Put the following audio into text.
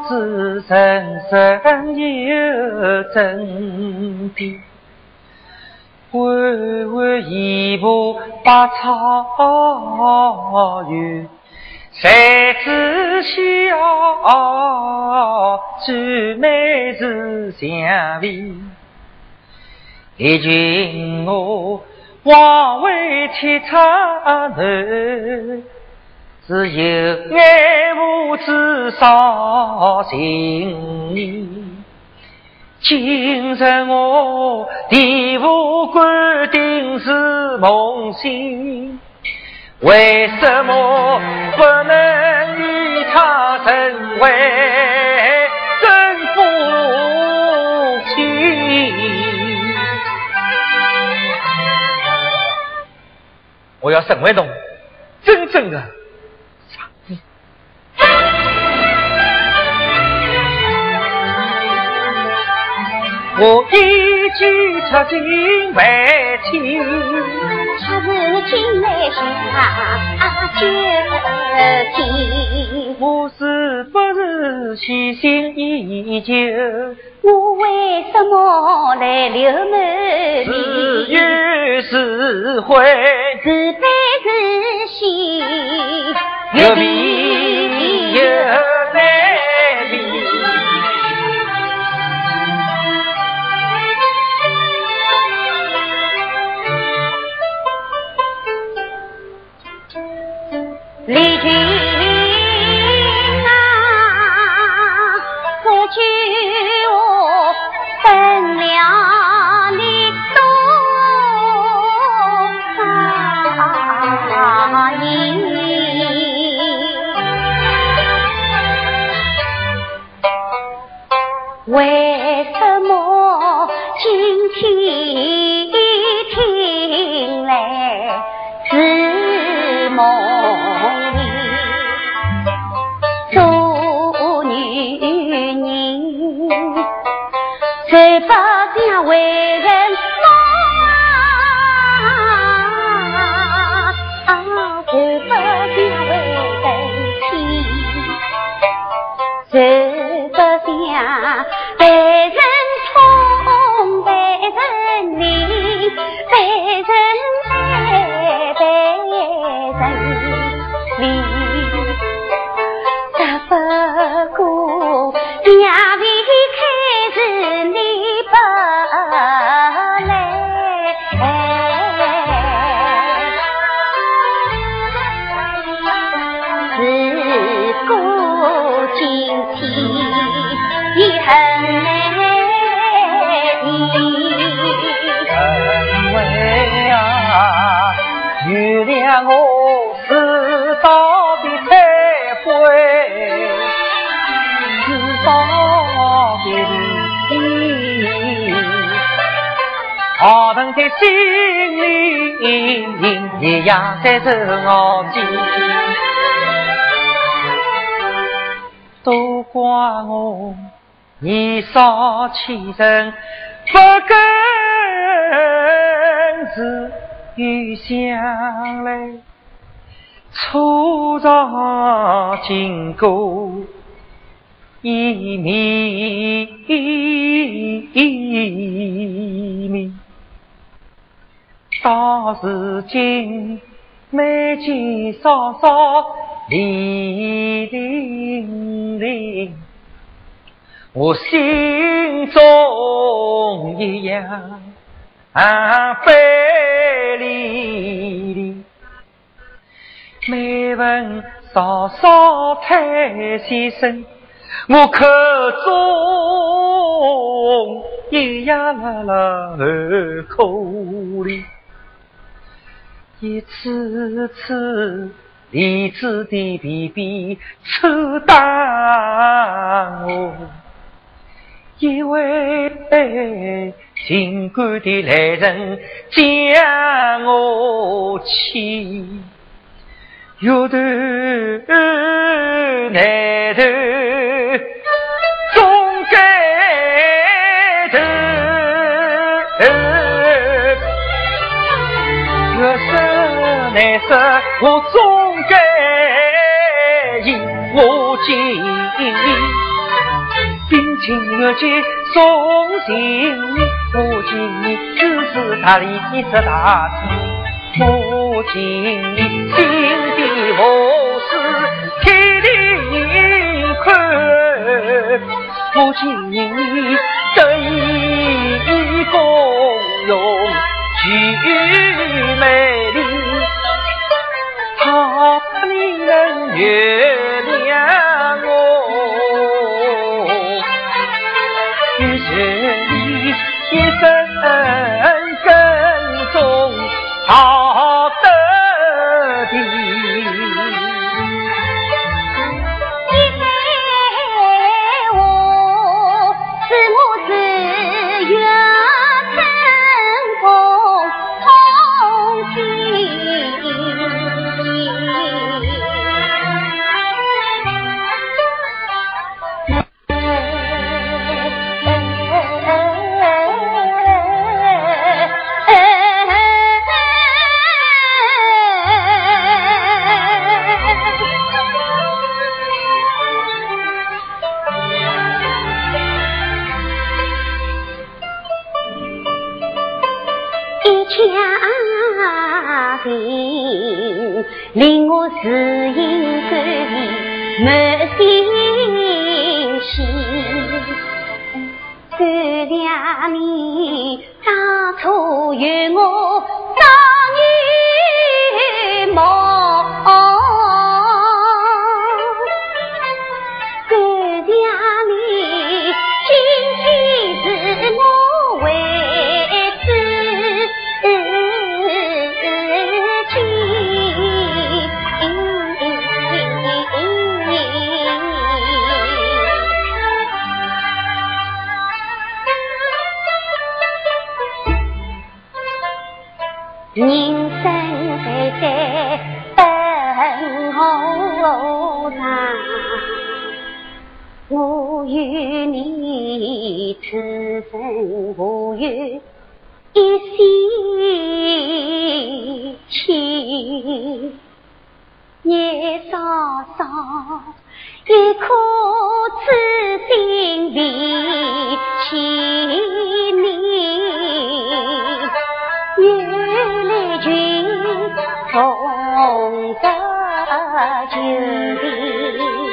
知人生有真谛，巍巍一步百草园，谁知晓最美是香味。一群我枉为天苍头，是有爱无知伤心念。今日我地府官定是梦醒，为什么不能与他成为真夫妻？我要成为侬真正的上帝。我一举出尽为情， 出尽来下决定。 我是不是虚心依旧？ 我为什么来流满面？ 是怨是悔， 是悲是喜， 有比有难比。 离君啊，此去我分了你多少年，为什么今天听来是梦里？做女人谁不想为人忙，谁不想为人妻，谁不想被人宠，被人怜，被人爱，被人理，只不过两位开始你不来，如果今天你很难离， 为啊原谅我知道的忏悔，知道的理，好疼在心里也压在这我心，都怪我年少气盛，不根治与相来，粗糙经过一米，到如今每见稍稍离零，我心中一样悲离，每闻稍稍叹息声，我口中也呀了儿口里，一次次理智的皮皮抽打我，一位情感的来人将我欺，有头难头总该头，有生难舍我总该因我尽， 今日去送行，母亲你只是他里是大处，母亲你心地无私，体力宽，母亲你得以共用具美丽，好你能原谅我，于是你一生耕种好得地。 令我自应感没心喜，感谢你当初与我当年梦，感谢你今天是我为人生在等候上，我与你此生无有一线牵，夜稍稍一颗痴心离弃你，原来君从得旧地。